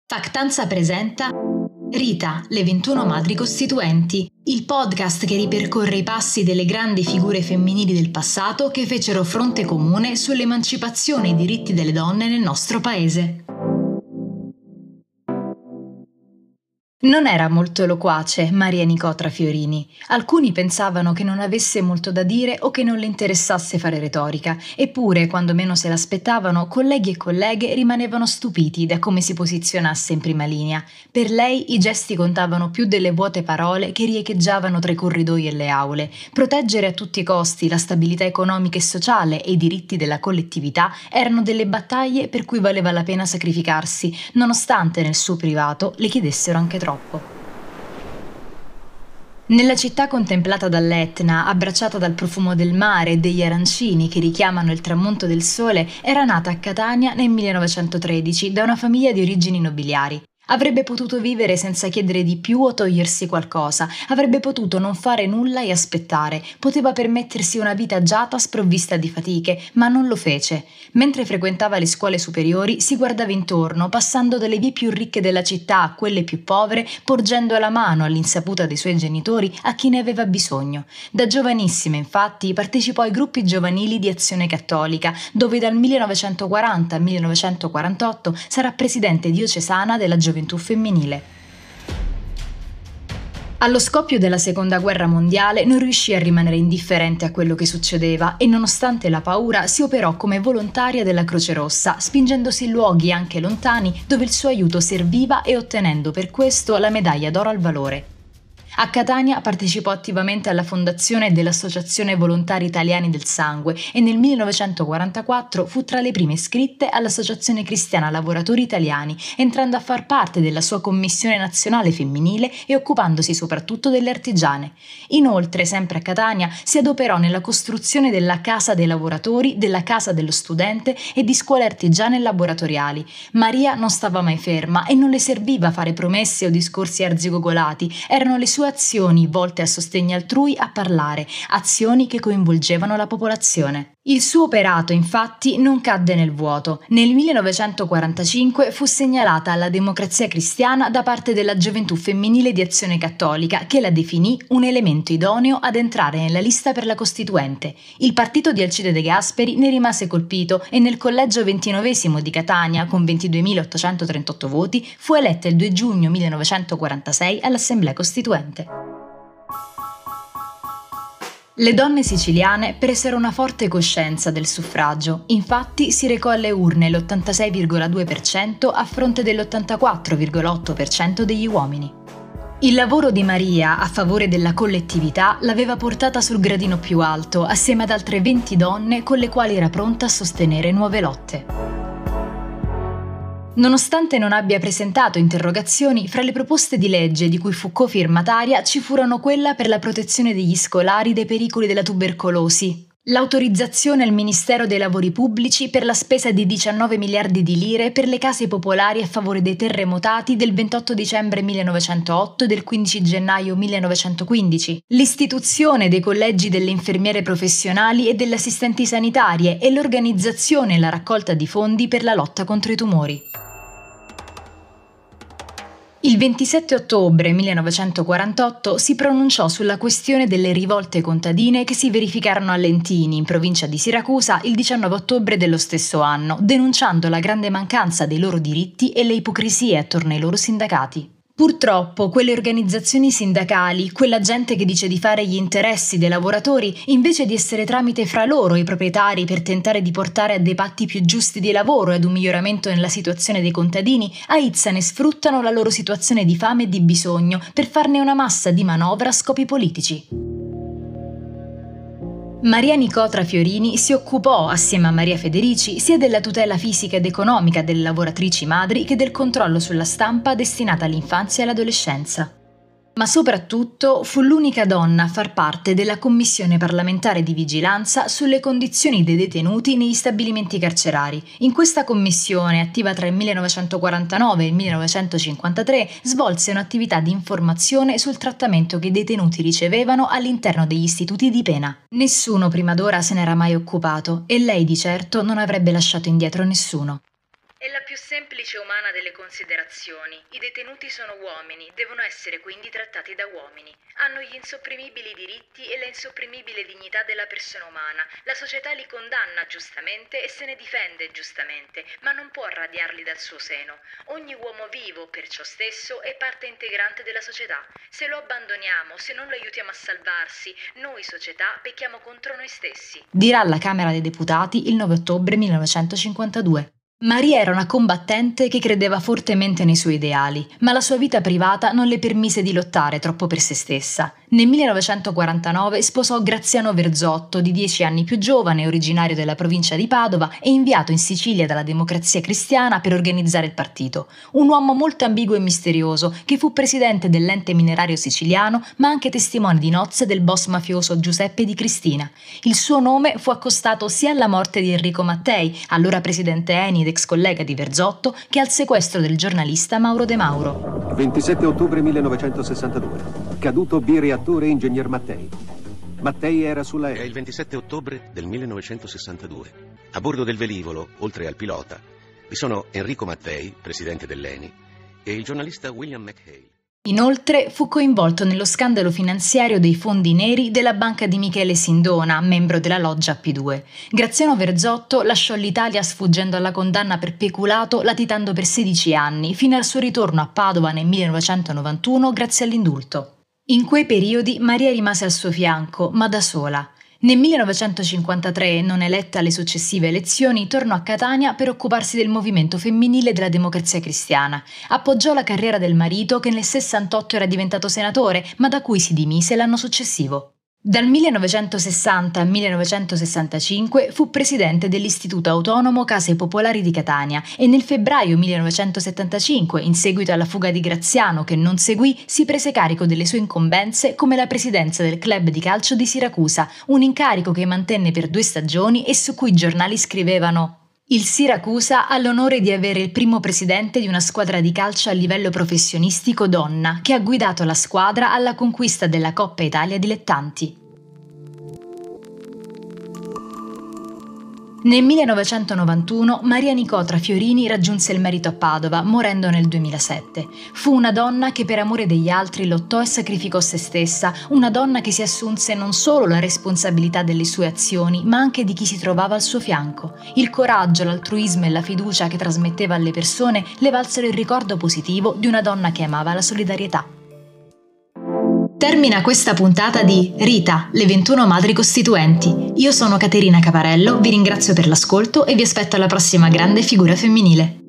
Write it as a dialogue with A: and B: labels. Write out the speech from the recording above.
A: Factanza presenta Rita, le 21 madri costituenti, il podcast che ripercorre i passi delle grandi figure femminili del passato che fecero fronte comune sull'emancipazione e i diritti delle donne nel nostro paese. Non era molto loquace Maria Nicotra Fiorini. Alcuni pensavano che non avesse molto da dire o che non le interessasse fare retorica, eppure, quando meno se l'aspettavano, colleghi e colleghe rimanevano stupiti da come si posizionasse in prima linea. Per lei i gesti contavano più delle vuote parole che riecheggiavano tra i corridoi e le aule. Proteggere a tutti i costi la stabilità economica e sociale e i diritti della collettività erano delle battaglie per cui valeva la pena sacrificarsi, nonostante nel suo privato le chiedessero anche troppo. Nella città contemplata dall'Etna, abbracciata dal profumo del mare e degli arancini che richiamano il tramonto del sole, era nata a Catania nel 1913 da una famiglia di origini nobiliari. Avrebbe potuto vivere senza chiedere di più o togliersi qualcosa, avrebbe potuto non fare nulla e aspettare, poteva permettersi una vita agiata sprovvista di fatiche, ma non lo fece. Mentre frequentava le scuole superiori si guardava intorno, passando dalle vie più ricche della città a quelle più povere, porgendo la mano all'insaputa dei suoi genitori a chi ne aveva bisogno. Da giovanissima, infatti, partecipò ai gruppi giovanili di Azione Cattolica, dove dal 1940 al 1948 sarà presidente diocesana della gioventù femminile. Allo scoppio della Seconda Guerra Mondiale non riuscì a rimanere indifferente a quello che succedeva e nonostante la paura si operò come volontaria della Croce Rossa, spingendosi in luoghi anche lontani dove il suo aiuto serviva e ottenendo per questo la medaglia d'oro al valore. A Catania partecipò attivamente alla fondazione dell'Associazione Volontari Italiani del Sangue e nel 1944 fu tra le prime iscritte all'Associazione Cristiana Lavoratori Italiani, entrando a far parte della sua Commissione Nazionale Femminile e occupandosi soprattutto delle artigiane. Inoltre, sempre a Catania, si adoperò nella costruzione della Casa dei Lavoratori, della Casa dello Studente e di scuole artigiane e laboratoriali. Maria non stava mai ferma e non le serviva fare promesse o discorsi arzigogolati, erano le sue azioni volte a sostegno altrui a parlare, azioni che coinvolgevano la popolazione. Il suo operato, infatti, non cadde nel vuoto. Nel 1945 fu segnalata alla Democrazia Cristiana da parte della Gioventù Femminile di Azione Cattolica, che la definì un elemento idoneo ad entrare nella lista per la Costituente. Il partito di Alcide De Gasperi ne rimase colpito e nel collegio 29° di Catania, con 22.838 voti, fu eletta il 2 giugno 1946 all'Assemblea Costituente. Le donne siciliane presero una forte coscienza del suffragio, infatti si recò alle urne l'86,2% a fronte dell'84,8% degli uomini. Il lavoro di Maria a favore della collettività l'aveva portata sul gradino più alto, assieme ad altre 20 donne con le quali era pronta a sostenere nuove lotte. Nonostante non abbia presentato interrogazioni, fra le proposte di legge di cui fu cofirmataria ci furono quella per la protezione degli scolari dai pericoli della tubercolosi, l'autorizzazione al Ministero dei Lavori Pubblici per la spesa di 19 miliardi di lire per le case popolari a favore dei terremotati del 28 dicembre 1908 e del 15 gennaio 1915, l'istituzione dei collegi delle infermiere professionali e delle assistenti sanitarie e l'organizzazione e la raccolta di fondi per la lotta contro i tumori. Il 27 ottobre 1948 si pronunciò sulla questione delle rivolte contadine che si verificarono a Lentini, in provincia di Siracusa, il 19 ottobre dello stesso anno, denunciando la grande mancanza dei loro diritti e le ipocrisie attorno ai loro sindacati. Purtroppo quelle organizzazioni sindacali, quella gente che dice di fare gli interessi dei lavoratori, invece di essere tramite fra loro e i proprietari per tentare di portare a dei patti più giusti di lavoro e ad un miglioramento nella situazione dei contadini, aizzano e sfruttano la loro situazione di fame e di bisogno per farne una massa di manovra a scopi politici. Maria Nicotra Fiorini si occupò, assieme a Maria Federici, sia della tutela fisica ed economica delle lavoratrici madri che del controllo sulla stampa destinata all'infanzia e all'adolescenza. Ma soprattutto fu l'unica donna a far parte della Commissione parlamentare di vigilanza sulle condizioni dei detenuti negli stabilimenti carcerari. In questa commissione, attiva tra il 1949 e il 1953, svolse un'attività di informazione sul trattamento che i detenuti ricevevano all'interno degli istituti di pena. Nessuno prima d'ora se n'era mai occupato e lei di certo non avrebbe lasciato indietro nessuno. È la più semplice e umana delle considerazioni. I detenuti sono uomini, devono essere quindi trattati da uomini. Hanno gli insopprimibili diritti e la insopprimibile dignità della persona umana. La società li condanna giustamente e se ne difende giustamente, ma non può radiarli dal suo seno. Ogni uomo vivo, per ciò stesso, è parte integrante della società. Se lo abbandoniamo, se non lo aiutiamo a salvarsi, noi società pecchiamo contro noi stessi. Dirà alla Camera dei Deputati il 9 ottobre 1952. Maria era una combattente che credeva fortemente nei suoi ideali, ma la sua vita privata non le permise di lottare troppo per se stessa. Nel 1949 sposò Graziano Verzotto, di 10 anni più giovane, originario della provincia di Padova e inviato in Sicilia dalla Democrazia Cristiana per organizzare il partito. Un uomo molto ambiguo e misterioso, che fu presidente dell'ente minerario siciliano, ma anche testimone di nozze del boss mafioso Giuseppe Di Cristina. Il suo nome fu accostato sia alla morte di Enrico Mattei, allora presidente ENI ed ex collega di Verzotto, che al sequestro del giornalista Mauro De Mauro.
B: 27 ottobre 1962. Caduto bireattore ingegner Mattei. Mattei era sull'aereo.
C: È il 27 ottobre del 1962. A bordo del velivolo, oltre al pilota, vi sono Enrico Mattei, presidente dell'ENI, e il giornalista William McHale.
A: Inoltre fu coinvolto nello scandalo finanziario dei fondi neri della banca di Michele Sindona, membro della loggia P2. Graziano Verzotto lasciò l'Italia sfuggendo alla condanna per peculato, latitando per 16 anni, fino al suo ritorno a Padova nel 1991 grazie all'indulto. In quei periodi Maria rimase al suo fianco, ma da sola. Nel 1953, non eletta alle successive elezioni, tornò a Catania per occuparsi del movimento femminile della Democrazia Cristiana. Appoggiò la carriera del marito, che nel 68 era diventato senatore, ma da cui si dimise l'anno successivo. Dal 1960 al 1965 fu presidente dell'Istituto Autonomo Case Popolari di Catania e nel febbraio 1975, in seguito alla fuga di Graziano che non seguì, si prese carico delle sue incombenze come la presidenza del club di calcio di Siracusa, un incarico che mantenne per 2 stagioni e su cui i giornali scrivevano: il Siracusa ha l'onore di avere il primo presidente di una squadra di calcio a livello professionistico donna, che ha guidato la squadra alla conquista della Coppa Italia Dilettanti. Nel 1991 Maria Nicotra Fiorini raggiunse il marito a Padova, morendo nel 2007. Fu una donna che per amore degli altri lottò e sacrificò se stessa, una donna che si assunse non solo la responsabilità delle sue azioni, ma anche di chi si trovava al suo fianco. Il coraggio, l'altruismo e la fiducia che trasmetteva alle persone le valsero il ricordo positivo di una donna che amava la solidarietà. Termina questa puntata di Rita, le 21 madri costituenti. Io sono Caterina Caparello, vi ringrazio per l'ascolto e vi aspetto alla prossima grande figura femminile.